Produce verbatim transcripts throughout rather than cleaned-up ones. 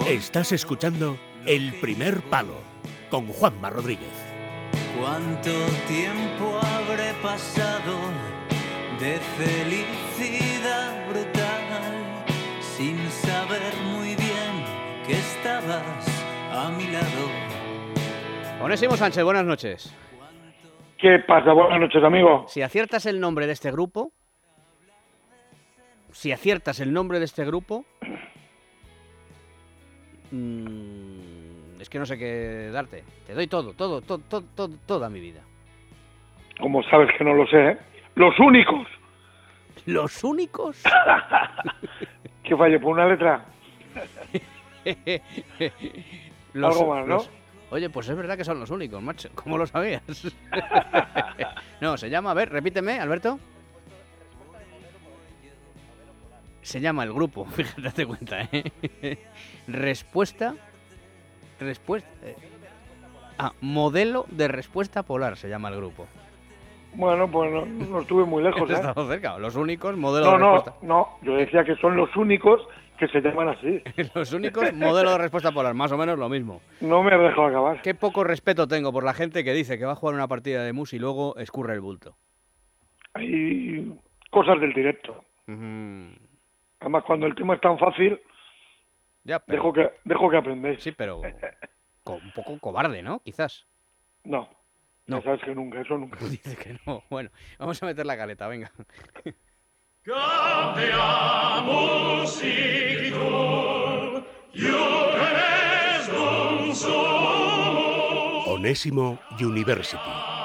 Estás escuchando El Primer Palo con Juanma Rodríguez. ¿Cuánto tiempo habré pasado de felicidad brutal sin saber muy bien que estabas a mi lado? Onésimo Sánchez, buenas noches. ¿Qué pasa? Buenas noches, amigo. Si aciertas el nombre de este grupo, si aciertas el nombre de este grupo, mmm, es que no sé qué darte. Te doy todo, todo, todo, todo, todo, toda mi vida. Como sabes que no lo sé, ¿eh? Los únicos. ¿Los únicos? Que falle por una letra. los, Algo más, ¿no? Los... Oye, pues es verdad que son los únicos, macho. ¿Cómo lo sabías? No, se llama, a ver, repíteme, Alberto. Se llama el grupo, fíjate, date cuenta, ¿eh? Respuesta... Respuesta... Eh. Ah, modelo de respuesta polar se llama el grupo. Bueno, pues no, no estuve muy lejos, ¿eh? He estado cerca, los únicos, modelo no, de no, respuesta... No, no, yo decía que son los únicos que se llaman así. Los únicos, modelo de respuesta polar, más o menos lo mismo. No me has dejado acabar. Qué poco respeto tengo por la gente que dice que va a jugar una partida de mus y luego escurre el bulto. Hay cosas del directo. Uh-huh. Además, cuando el tema es tan fácil, ya, pero... dejo que dejo que aprendáis. Sí, pero un poco cobarde, ¿no? Quizás. No, no. Ya sabes que nunca, eso nunca. Dice que no. Bueno, vamos a meter la caleta, venga. Onésimo University.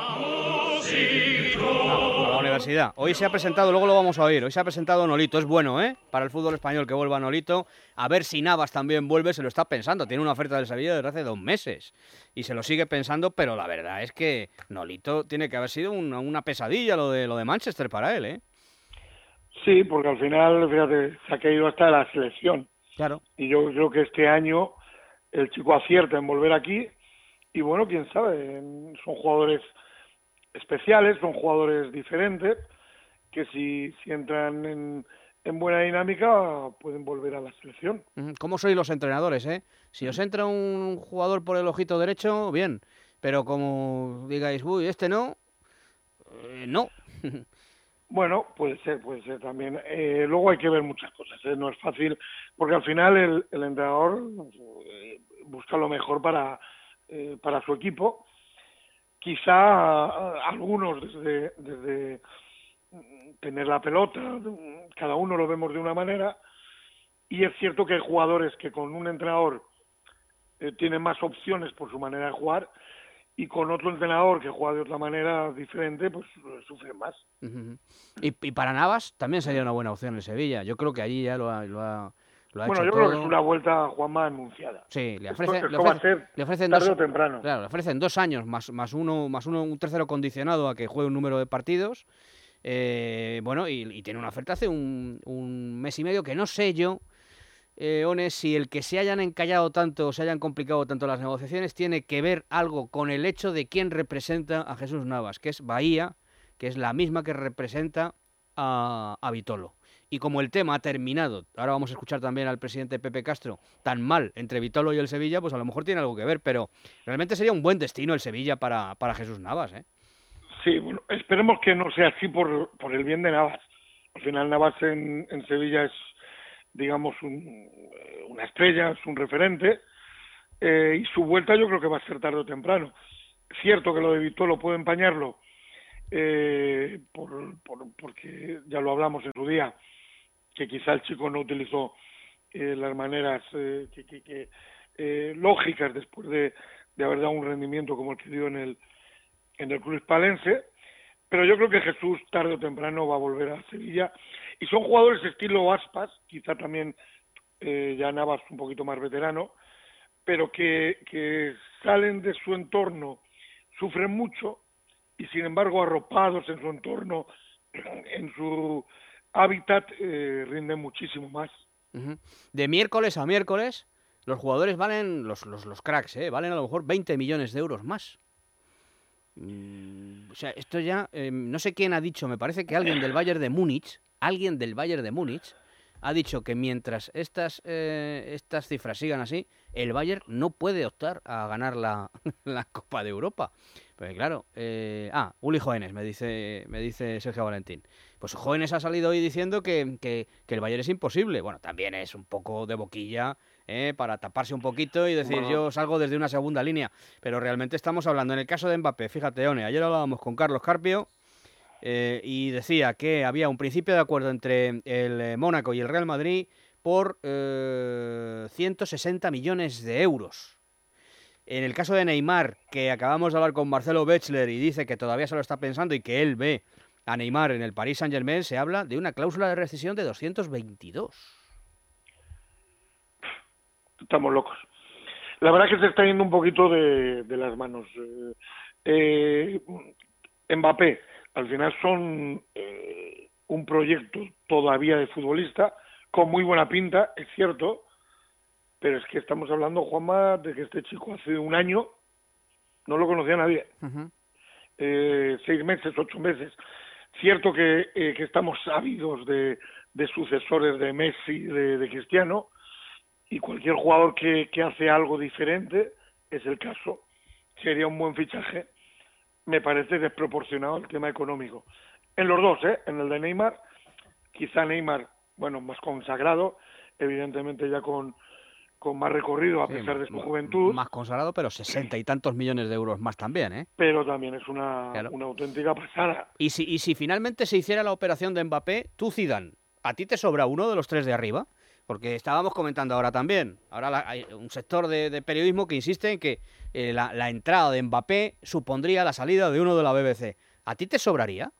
A la universidad. Hoy se ha presentado, luego lo vamos a oír, hoy se ha presentado Nolito, es bueno, ¿eh? Para el fútbol español que vuelva Nolito. A ver si Navas también vuelve, se lo está pensando. Tiene una oferta del Sevilla desde hace dos meses. Y se lo sigue pensando, pero la verdad es que Nolito tiene que haber sido una, una pesadilla lo de, lo de Manchester para él, ¿eh? Sí, porque al final, fíjate, se ha caído hasta la selección. Claro. Y yo creo que este año el chico acierta en volver aquí. Y bueno, quién sabe, son jugadores especiales, son jugadores diferentes, que si, si entran en, en buena dinámica pueden volver a la selección. ¿Cómo sois los entrenadores, eh? Si os entra un jugador por el ojito derecho, bien, pero como digáis, uy, este no, eh, no. Bueno, puede ser, puede ser también. Eh, luego hay que ver muchas cosas, ¿eh? No es fácil, porque al final el, el entrenador eh, busca lo mejor para, eh, para su equipo. Quizá a, a algunos desde, desde tener la pelota, cada uno lo vemos de una manera, y es cierto que hay jugadores que con un entrenador eh, tienen más opciones por su manera de jugar, y con otro entrenador que juega de otra manera diferente, pues sufren más. Uh-huh. y, y para Navas también sería una buena opción en Sevilla. Yo creo que allí ya lo ha, lo ha, lo ha bueno, hecho yo todo. creo que es una vuelta a Juanma anunciada. Sí, le ofrecen, esto, le esto ofrecen, va a ser le ofrecen tarde dos, o temprano. Claro, le ofrecen dos años más, más uno, más uno, un tercero condicionado a que juegue un número de partidos. Eh, bueno, y, y tiene una oferta hace un, un mes y medio que no sé yo. Eh, Ones, si el que se hayan encallado tanto o se hayan complicado tanto las negociaciones tiene que ver algo con el hecho de quién representa a Jesús Navas, que es Bahía, que es la misma que representa a, a Vitolo. Y como el tema ha terminado, ahora vamos a escuchar también al presidente Pepe Castro, tan mal entre Vitolo y el Sevilla, pues a lo mejor tiene algo que ver, pero realmente sería un buen destino el Sevilla para, para Jesús Navas, ¿eh? Sí, bueno, esperemos que no sea así por, por el bien de Navas. Al final Navas en, en Sevilla es, digamos, un, una estrella, es un referente, eh, y su vuelta yo creo que va a ser tarde o temprano. Cierto que lo de Vitolo puede empañarlo, eh, por, por, porque ya lo hablamos en su día, que quizá el chico no utilizó eh, las maneras eh, que, que, que, eh, lógicas después de, de haber dado un rendimiento como el que dio en el, en el club hispalense, pero yo creo que Jesús tarde o temprano va a volver a Sevilla. Y son jugadores estilo Aspas, quizá también eh, ya Navas un poquito más veterano, pero que, que salen de su entorno, sufren mucho y sin embargo arropados en su entorno, en su hábitat, eh, rinden muchísimo más. Uh-huh. De miércoles a miércoles los jugadores valen, los, los, los cracks, ¿eh? Valen a lo mejor veinte millones de euros más. Mm, o sea, esto ya, eh, no sé quién ha dicho, me parece que alguien del Bayern de Múnich, alguien del Bayern de Múnich, ha dicho que mientras estas eh, estas cifras sigan así, el Bayern no puede optar a ganar la, la Copa de Europa. Pues claro, eh, ah, Uli Jóvenes, me dice me dice Sergio Valentín. Pues Jóvenes ha salido hoy diciendo que, que, que el Bayern es imposible. Bueno, también es un poco de boquilla, eh, para taparse un poquito y decir, bueno, yo salgo desde una segunda línea. Pero realmente estamos hablando, en el caso de Mbappé, fíjate, One, ayer hablábamos con Carlos Carpio, eh, y decía que había un principio de acuerdo entre el Mónaco y el Real Madrid por eh, ciento sesenta millones de euros. En el caso de Neymar, que acabamos de hablar con Marcelo Bechler y dice que todavía se lo está pensando y que él ve a Neymar en el Paris Saint-Germain, se habla de una cláusula de rescisión de doscientos veintidós. Estamos locos. La verdad es que se está yendo un poquito de, de las manos. Eh, eh, Mbappé, al final son eh, un proyecto todavía de futbolista, con muy buena pinta, es cierto, pero es que estamos hablando, Juanma, de que este chico hace un año no lo conocía nadie. Uh-huh. Eh, seis meses, ocho meses. Cierto que, eh, que estamos ávidos de, de sucesores de Messi, de, de Cristiano, y cualquier jugador que, que hace algo diferente, es el caso, sería un buen fichaje. Me parece desproporcionado el tema económico. En los dos, ¿eh? En el de Neymar, quizá Neymar, bueno, más consagrado, evidentemente ya con, con más recorrido a sí, pesar de su juventud. Más consagrado, pero sesenta y tantos millones de euros más también, ¿eh? Pero también es una, claro, una auténtica pasada. Y si, y si finalmente se hiciera la operación de Mbappé, tú, Zidane, ¿a ti te sobra uno de los tres de arriba? Porque estábamos comentando ahora también, ahora la, hay un sector de, de periodismo que insiste en que eh, la, la entrada de Mbappé supondría la salida de uno de la B B C. ¿A ti te sobraría?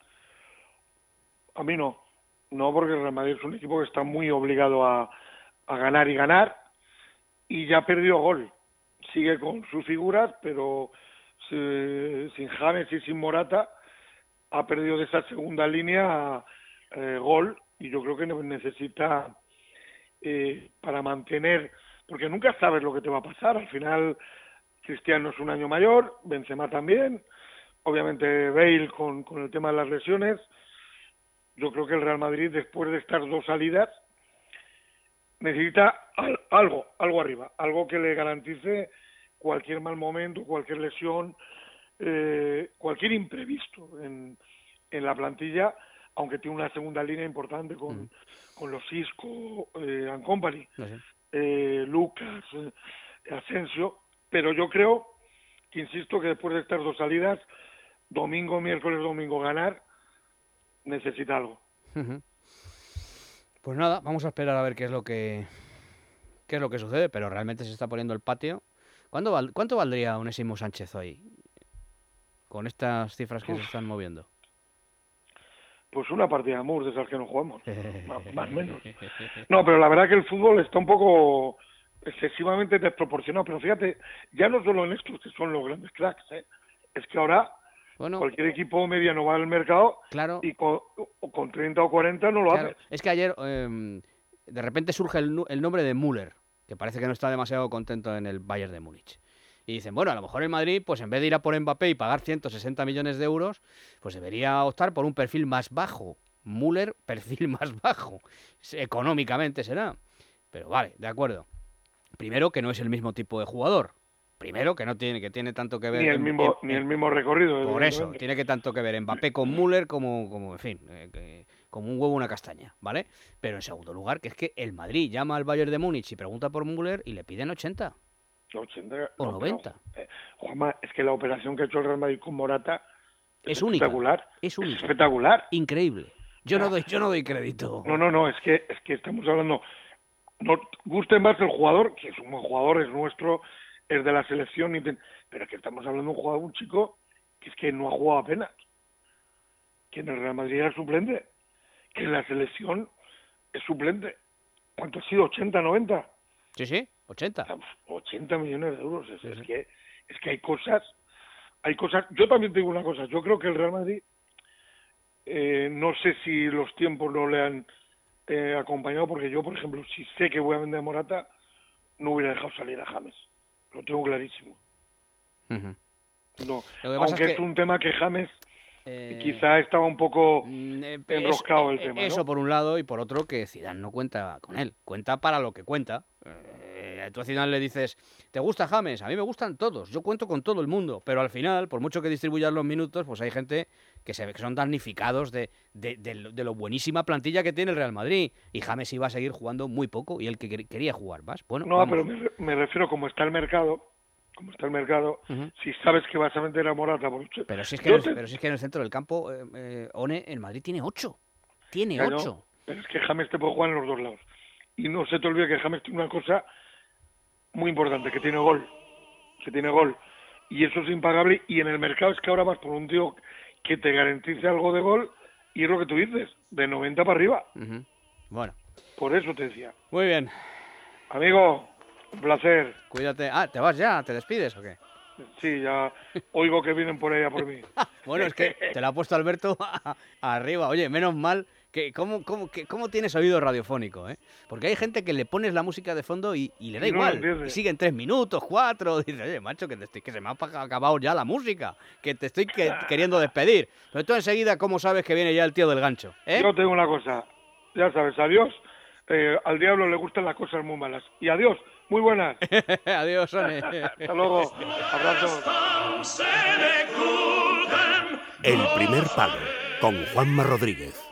A mí no. No, porque el Real Madrid es un equipo que está muy obligado a, a ganar y ganar, y ya perdió gol. Sigue con sus figuras, pero se, sin James y sin Morata ha perdido de esa segunda línea eh, gol, y yo creo que necesita... Eh, para mantener, porque nunca sabes lo que te va a pasar. Al final Cristiano es un año mayor, Benzema también, obviamente Bale con, con el tema de las lesiones. Yo creo que el Real Madrid, después de estas dos salidas, necesita al, algo, algo arriba, algo que le garantice cualquier mal momento, cualquier lesión, eh, cualquier imprevisto en, en la plantilla, aunque tiene una segunda línea importante con, mm. con los Isco, eh, and company, no sé. eh, Lucas, eh, Asensio, pero yo creo que, insisto, que después de estas dos salidas, domingo, miércoles, domingo, ganar, necesita algo. Uh-huh. Pues nada, vamos a esperar a ver qué es lo que qué es lo que sucede, pero realmente se está poniendo el patio. ¿Cuánto, val, cuánto valdría Onésimo Sánchez hoy? Con estas cifras que Uf. se están moviendo. Pues una partida de amor de esas que no jugamos, más, más o menos. No, pero la verdad que el fútbol está un poco excesivamente desproporcionado. Pero fíjate, ya no solo en estos que son los grandes cracks, ¿eh? Es que ahora bueno, cualquier equipo mediano va al mercado, claro, y con, con treinta o cuarenta no lo claro. hace. Es que ayer eh, de repente surge el, el nombre de Müller, que parece que no está demasiado contento en el Bayern de Múnich. Y dicen, bueno, a lo mejor el Madrid, pues en vez de ir a por Mbappé y pagar ciento sesenta millones de euros, pues debería optar por un perfil más bajo. Müller, perfil más bajo. Económicamente será. Pero vale, de acuerdo. Primero, que no es el mismo tipo de jugador. Primero, que no tiene, que tiene tanto que ver... Ni el en, mismo, en, ni el mismo recorrido. Por eso, tiene que tanto que ver Mbappé con Müller como, como en fin, eh, que, como un huevo una castaña, ¿vale? Pero en segundo lugar, que es que el Madrid llama al Bayern de Múnich y pregunta por Müller y le piden ochenta. ochenta o no, noventa. Pero, eh, Juanma, es que la operación que ha hecho el Real Madrid con Morata es, es única. Espectacular. Es única. Es espectacular. Increíble. Yo no doy, yo no doy crédito. No, no, no, es que es que estamos hablando. No guste más el jugador, que es un buen jugador, es nuestro, es de la selección, pero es que estamos hablando de un jugador, un chico que es que no ha jugado apenas, que en el Real Madrid era suplente, que en la selección es suplente. ¿Cuánto ha sido? ¿ochenta, noventa? Sí, sí. ochenta. ochenta millones de euros. Es, sí, sí. es que es que hay cosas, hay cosas. Yo también te digo una cosa. Yo creo que el Real Madrid, eh, no sé si los tiempos no le han eh, acompañado, porque yo, por ejemplo, si sé que voy a vender a Morata, no hubiera dejado salir a James. Lo tengo clarísimo. Uh-huh. No, aunque es, que... es un tema que James Eh, quizá estaba un poco mm, eh, enroscado es- el tema, Eso ¿no? por un lado, y por otro que Zidane no cuenta con él. Cuenta para lo que cuenta. Eh, tú a Zidane le dices, ¿te gusta James? A mí me gustan todos. Yo cuento con todo el mundo. Pero al final, por mucho que distribuyas los minutos, pues hay gente que se ve que son damnificados de, de, de lo- de lo buenísima plantilla que tiene el Real Madrid. Y James iba a seguir jugando muy poco y él que quer- quería jugar más. Bueno, No, vamos. pero me, re- me refiero como está el mercado, como está el mercado, Ujú. si sabes que vas a meter a Morata por ocho- Pero si es que, Yo en el, te- pero si es que en el centro del campo, eh, eh, One, el Madrid tiene ocho. Tiene Ya, ¿no? ocho. Pero es que James te puede jugar en los dos lados. Y no se te olvide que James tiene una cosa muy importante, que tiene gol. Que tiene gol. Y eso es impagable. Y en el mercado es que ahora vas por un tío que te garantice algo de gol. Y es lo que tú dices, de noventa para arriba. Ujú. Bueno, Por eso te decía. muy bien. Amigo, un placer. Cuídate. Ah, ¿te vas ya? ¿Te despides o qué? Sí, ya oigo que vienen por ahí a por mí. Bueno, es que te lo ha puesto Alberto arriba. Oye, menos mal que cómo, cómo, que, cómo tienes oído radiofónico, ¿eh? Porque hay gente que le pones la música de fondo y, y le da Y no lo igual. entiende. Y siguen tres minutos, cuatro. Dice, oye, macho, que, te estoy, que se me ha pa- acabado ya la música. Que te estoy que- queriendo despedir. Pero tú enseguida, ¿cómo sabes que viene ya el tío del gancho? ¿Eh? Yo tengo una cosa. Ya sabes, adiós. Eh, al diablo le gustan las cosas muy malas. Y adiós, muy buenas. Adiós, Sone. Hasta luego. Abrazos. El primer palo con Juanma Rodríguez.